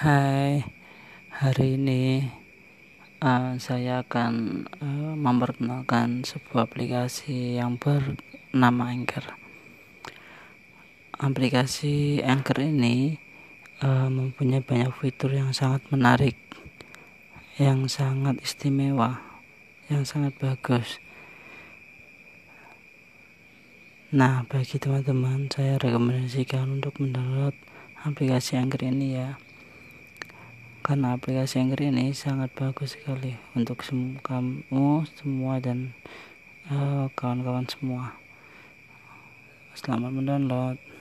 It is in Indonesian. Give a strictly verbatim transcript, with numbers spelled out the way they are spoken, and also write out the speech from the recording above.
Hai, hari ini uh, saya akan uh, memperkenalkan sebuah aplikasi yang bernama Anchor. Aplikasi Anchor ini uh, mempunyai banyak fitur yang sangat menarik, yang sangat istimewa, yang sangat bagus. Nah, bagi teman-teman, saya rekomendasikan untuk mendownload aplikasi Anchor ini ya. Karena aplikasi Anchor ini sangat bagus sekali untuk sem- kamu semua dan uh, kawan-kawan semua. Selamat mendownload.